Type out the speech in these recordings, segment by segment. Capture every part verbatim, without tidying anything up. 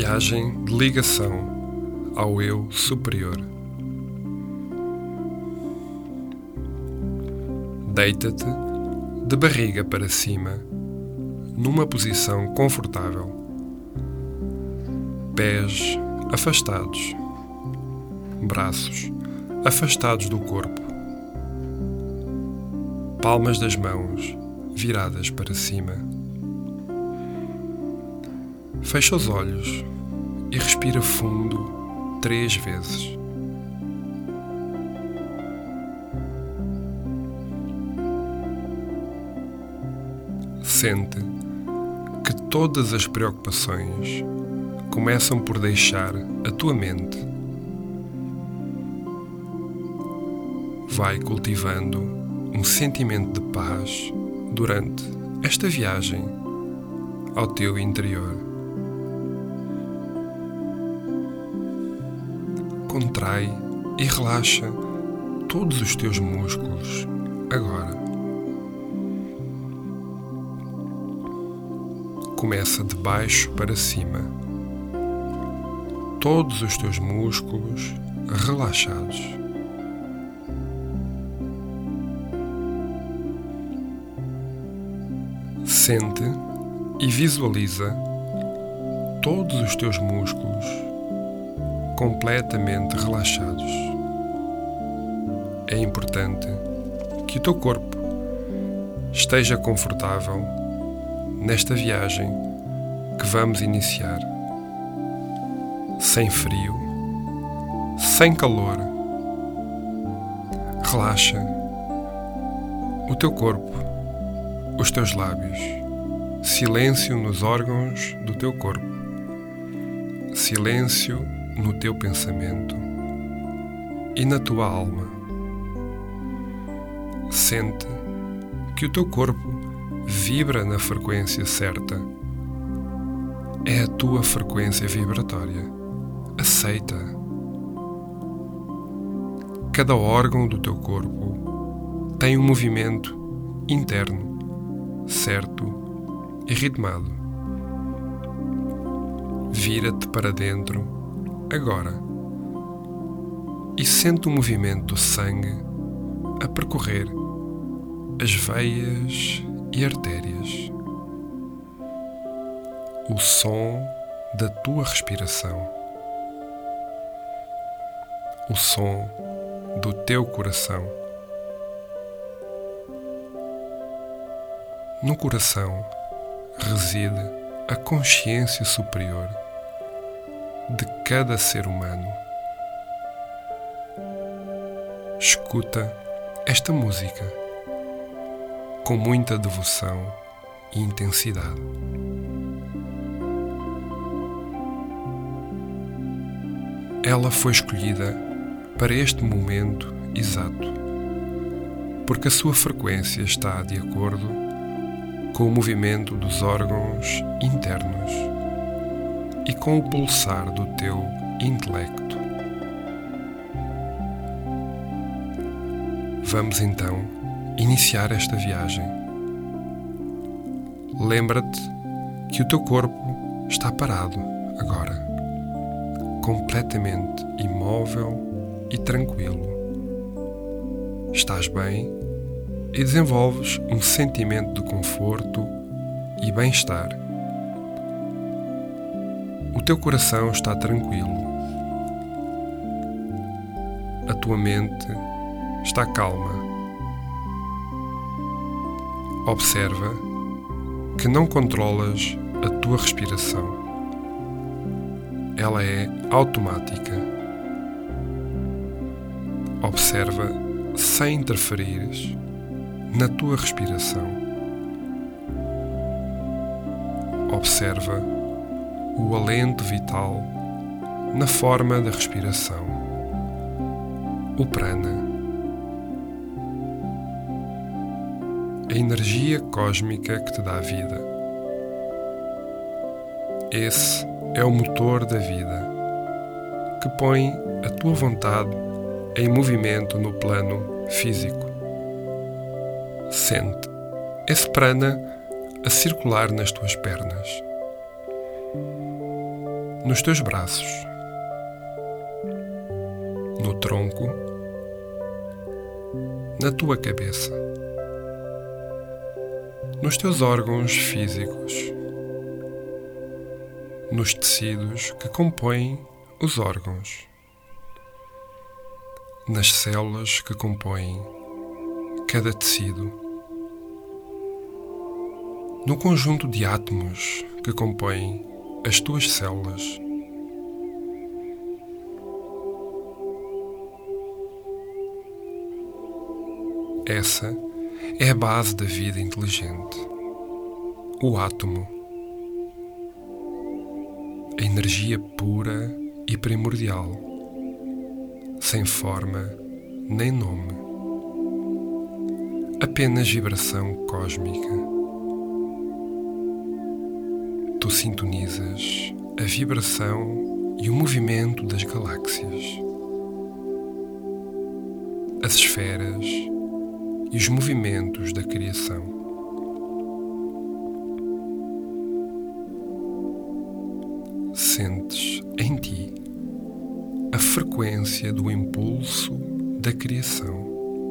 viagem de ligação ao eu superior. Deita-te de barriga para cima, numa posição confortável, pés afastados, braços afastados do corpo, palmas das mãos viradas para cima. Fecha os olhos e respira fundo três vezes. Sente que todas as preocupações começam por deixar a tua mente. Vai cultivando um sentimento de paz durante esta viagem ao teu interior. Contrai e relaxa todos os teus músculos agora. Começa de baixo para cima. Todos os teus músculos relaxados. Sente e visualiza todos os teus músculos completamente relaxados. É importante que o teu corpo esteja confortável nesta viagem que vamos iniciar. Sem frio, sem calor. Relaxa o teu corpo, os teus lábios. Silêncio nos órgãos do teu corpo. Silêncio no teu pensamento e na tua alma. Sente que o teu corpo vibra na frequência certa. É a tua frequência vibratória. Aceita. Cada órgão do teu corpo tem um movimento interno, certo e ritmado. Vira-te para dentro agora e sente o movimento do sangue a percorrer as veias e artérias. O som da tua respiração. O som do teu coração. No coração reside a consciência superior de cada ser humano. Escuta esta música com muita devoção e intensidade. Ela foi escolhida para este momento exato, porque a sua frequência está de acordo com o movimento dos órgãos internos e com o pulsar do teu intelecto. Vamos então iniciar esta viagem. Lembra-te que o teu corpo está parado agora, completamente imóvel e tranquilo. Estás bem e desenvolves um sentimento de conforto e bem-estar. O teu coração está tranquilo. A tua mente está calma. Observa que não controlas a tua respiração. Ela é automática. Observa sem interferires na tua respiração. Observa o alento vital na forma da respiração. O prana. A energia cósmica que te dá vida. Esse é o motor da vida, que põe a tua vontade em movimento no plano físico. Sente esse prana a circular nas tuas pernas. nos teus braços, no tronco, na tua cabeça, nos teus órgãos físicos, nos tecidos que compõem os órgãos, nas células que compõem cada tecido, no conjunto de átomos que compõem as tuas células. Essa é a base da vida inteligente, o átomo, a energia pura e primordial, sem forma nem nome, apenas vibração cósmica. Tu sintonizas a vibração e o movimento das galáxias, as esferas e os movimentos da criação. Sentes em ti a frequência do impulso da criação.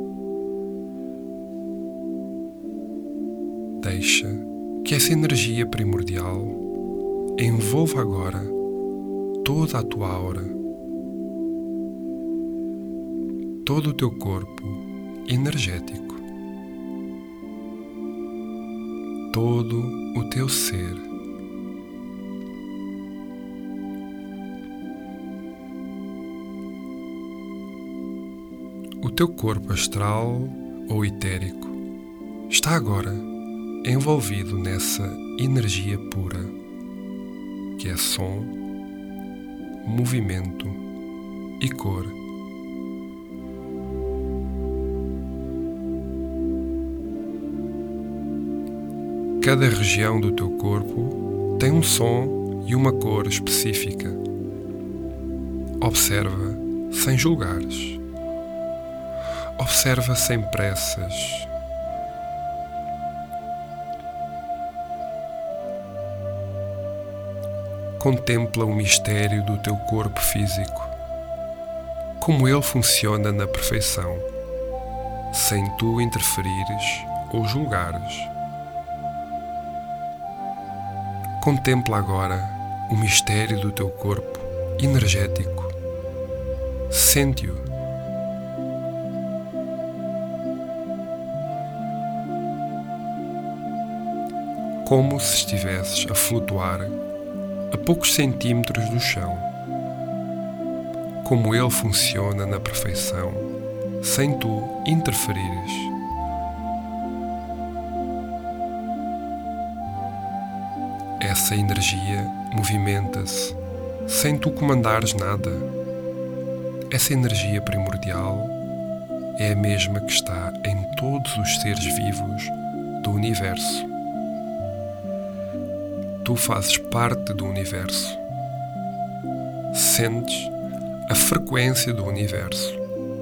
Deixa que essa energia primordial envolva agora toda a tua aura, todo o teu corpo energético, todo o teu ser. O teu corpo astral ou etérico está agora envolvido nessa energia pura, que é som, movimento e cor. Cada região do teu corpo tem um som e uma cor específica. Observa sem julgares. Observa sem pressas. Contempla o mistério do teu corpo físico, como ele funciona na perfeição, sem tu interferires ou julgares. Contempla agora o mistério do teu corpo energético. Sente-o. Como se estivesses a flutuar a poucos centímetros do chão. Como ele funciona na perfeição, sem tu interferires. Essa energia movimenta-se sem tu comandares nada. Essa energia primordial é a mesma que está em todos os seres vivos do universo. Tu fazes parte do universo. Sentes a frequência do universo.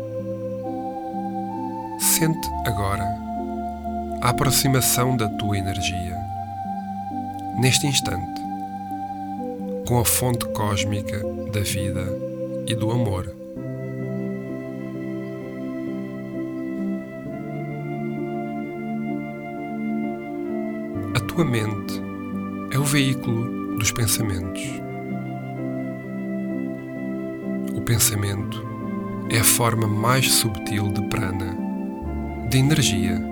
Sente agora a aproximação da tua energia, neste instante, com a fonte cósmica da vida e do amor. A tua mente é o veículo dos pensamentos. O pensamento é a forma mais subtil de prana, de energia.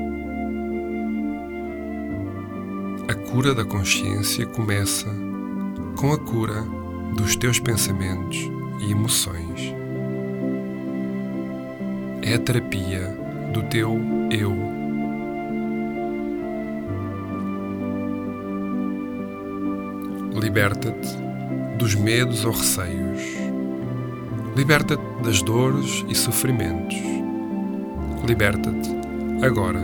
A cura da consciência começa com a cura dos teus pensamentos e emoções. É a terapia do teu eu. Liberta-te dos medos ou receios. Liberta-te das dores e sofrimentos. Liberta-te agora.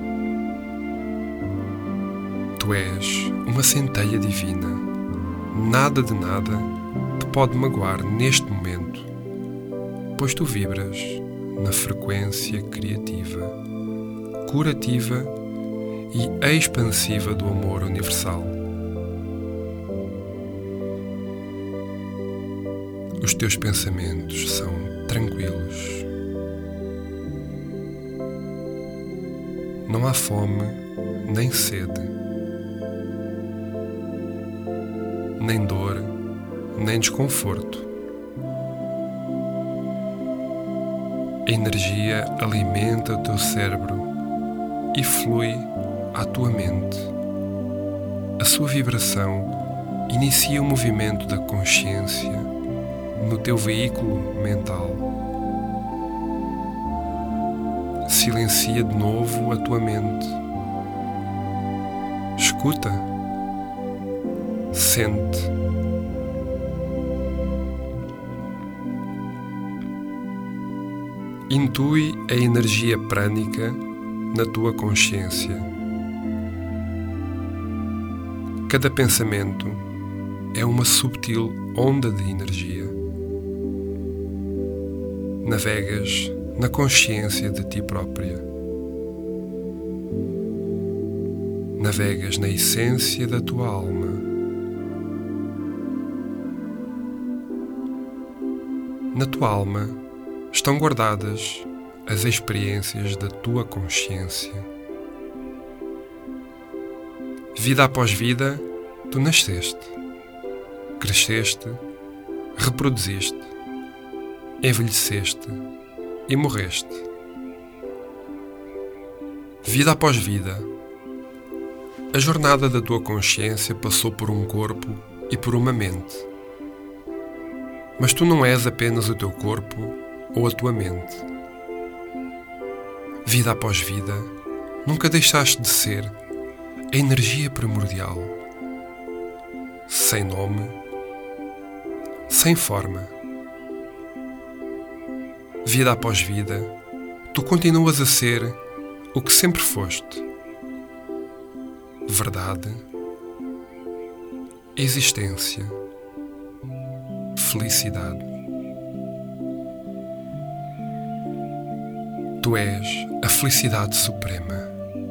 Tu és uma centelha divina. Nada de nada te pode magoar neste momento, pois tu vibras na frequência criativa, curativa e expansiva do amor universal. os teus pensamentos são tranquilos. Não há fome, nem sede, nem dor, nem desconforto. A energia alimenta o teu cérebro e flui à tua mente. A sua vibração inicia o movimento da consciência no teu veículo mental. Silencia de novo a tua mente. Escuta. Sente. Intui a energia prânica na tua consciência. Cada pensamento é uma subtil onda de energia. Navegas na consciência de ti própria. Navegas na essência da tua alma. Na tua alma estão guardadas as experiências da tua consciência. Vida após vida, tu nasceste, cresceste, reproduziste, envelheceste e morreste. Vida após vida, a jornada da tua consciência passou por um corpo e por uma mente. Mas tu não és apenas o teu corpo ou a tua mente. Vida após vida, nunca deixaste de ser a energia primordial, sem nome, sem forma. Vida após vida, tu continuas a ser o que sempre foste: verdade, existência, felicidade. Tu és a felicidade suprema.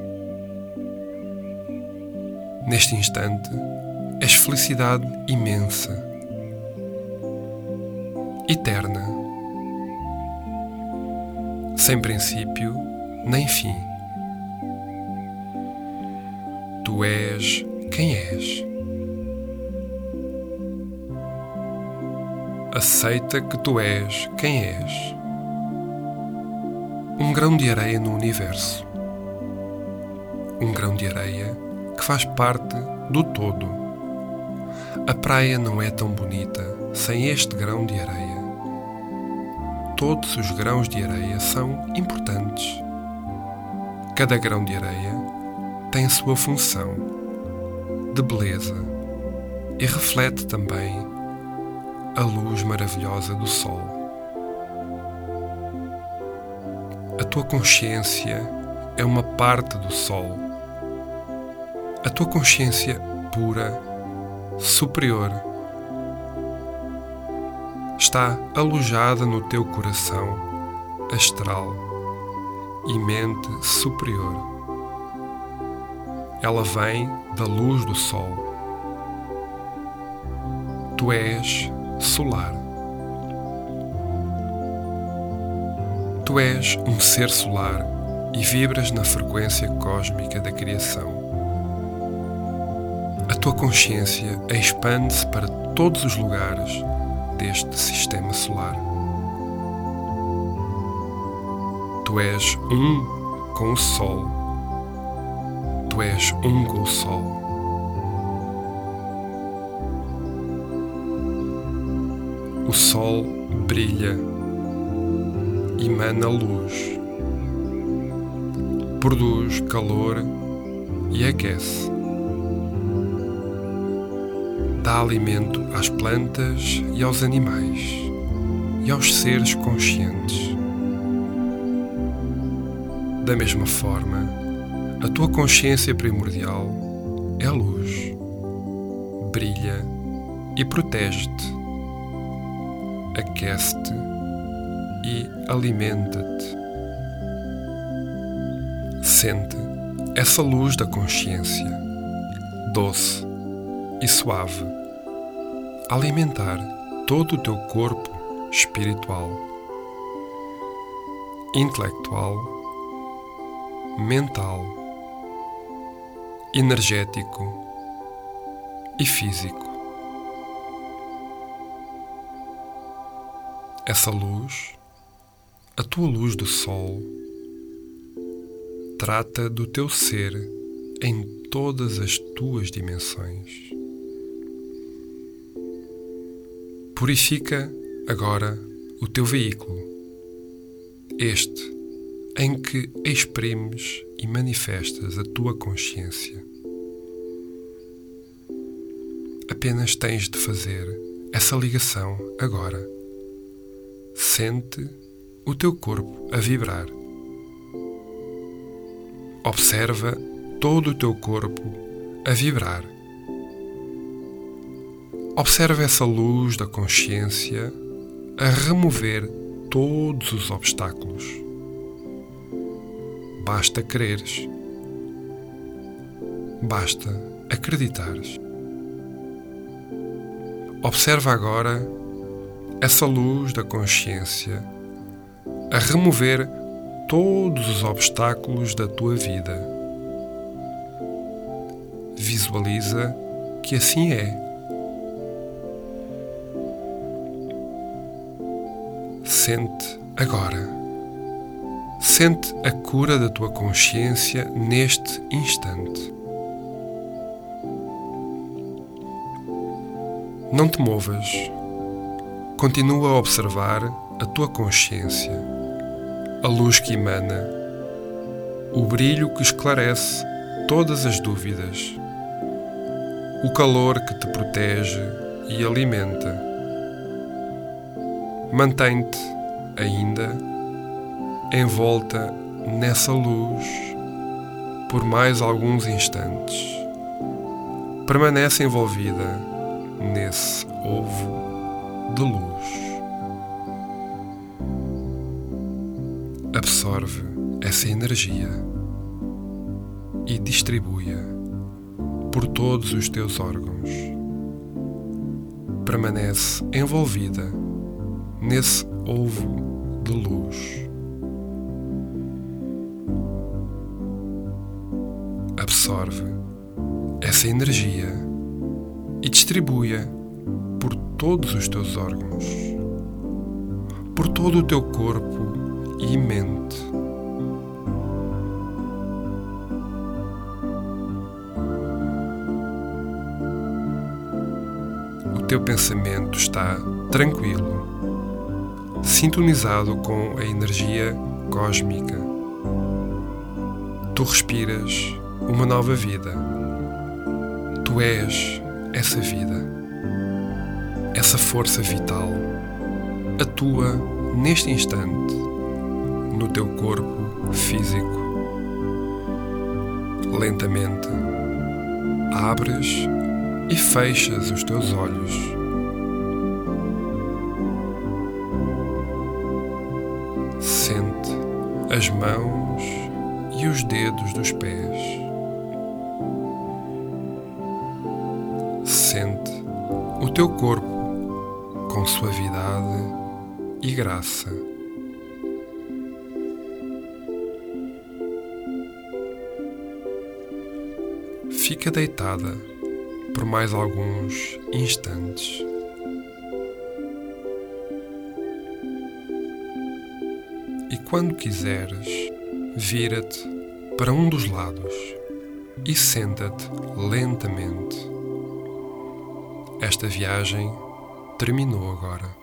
Neste instante, és felicidade imensa, eterna, sem princípio nem fim. Tu és quem és. Aceita que tu és quem és. Um grão de areia no universo. Um grão de areia que faz parte do todo. A praia não é tão bonita sem este grão de areia. Todos os grãos de areia são importantes. Cada grão de areia tem a sua função de beleza e reflete também a luz maravilhosa do sol. A tua consciência é uma parte do sol. A tua consciência pura, superior, está alojada no teu coração astral e mente superior. Ela vem da luz do sol. Tu és solar. Tu és um ser solar e vibras na frequência cósmica da criação. A tua consciência expande-se para todos os lugares deste sistema solar. Tu és um com o Sol. Tu és um com o Sol. O Sol brilha, emana luz, produz calor e aquece. Dá alimento às plantas e aos animais e aos seres conscientes. Da mesma forma, a tua consciência primordial é a luz, brilha e protege-te, aquece-te e alimenta-te. Sente essa luz da consciência, doce e suave, alimentar todo o teu corpo espiritual, intelectual, mental, energético e físico. Essa luz, a tua luz do sol, trata do teu ser em todas as tuas dimensões. Purifica agora o teu veículo, este em que exprimes e manifestas a tua consciência. Apenas tens de fazer essa ligação agora. Sente o teu corpo a vibrar. Observa todo o teu corpo a vibrar. Observa essa luz da consciência a remover todos os obstáculos. Basta quereres. Basta acreditares. Observa agora essa luz da consciência a remover todos os obstáculos da tua vida. Visualiza que assim é. Sente agora. Sente a cura da tua consciência neste instante. Não te movas. Continua a observar a tua consciência, a luz que emana, o brilho que esclarece todas as dúvidas, o calor que te protege e alimenta. Mantém-te ainda envolta nessa luz por mais alguns instantes. Permanece envolvida nesse ovo de luz. Absorve essa energia e distribui-a por todos os teus órgãos. Permanece envolvida nesse ovo de luz. Absorve essa energia e distribui-a por todos os teus órgãos, por todo o teu corpo e mente. O teu pensamento está tranquilo, sintonizado com a energia cósmica. Tu respiras uma nova vida. Tu és essa vida. Essa força vital atua neste instante no teu corpo físico. Lentamente abres e fechas os teus olhos. Sente as mãos e os dedos dos pés. Sente o teu corpo com suavidade e graça. Fica deitada por mais alguns instantes. E quando quiseres, vira-te para um dos lados e senta-te lentamente. Esta viagem terminou agora.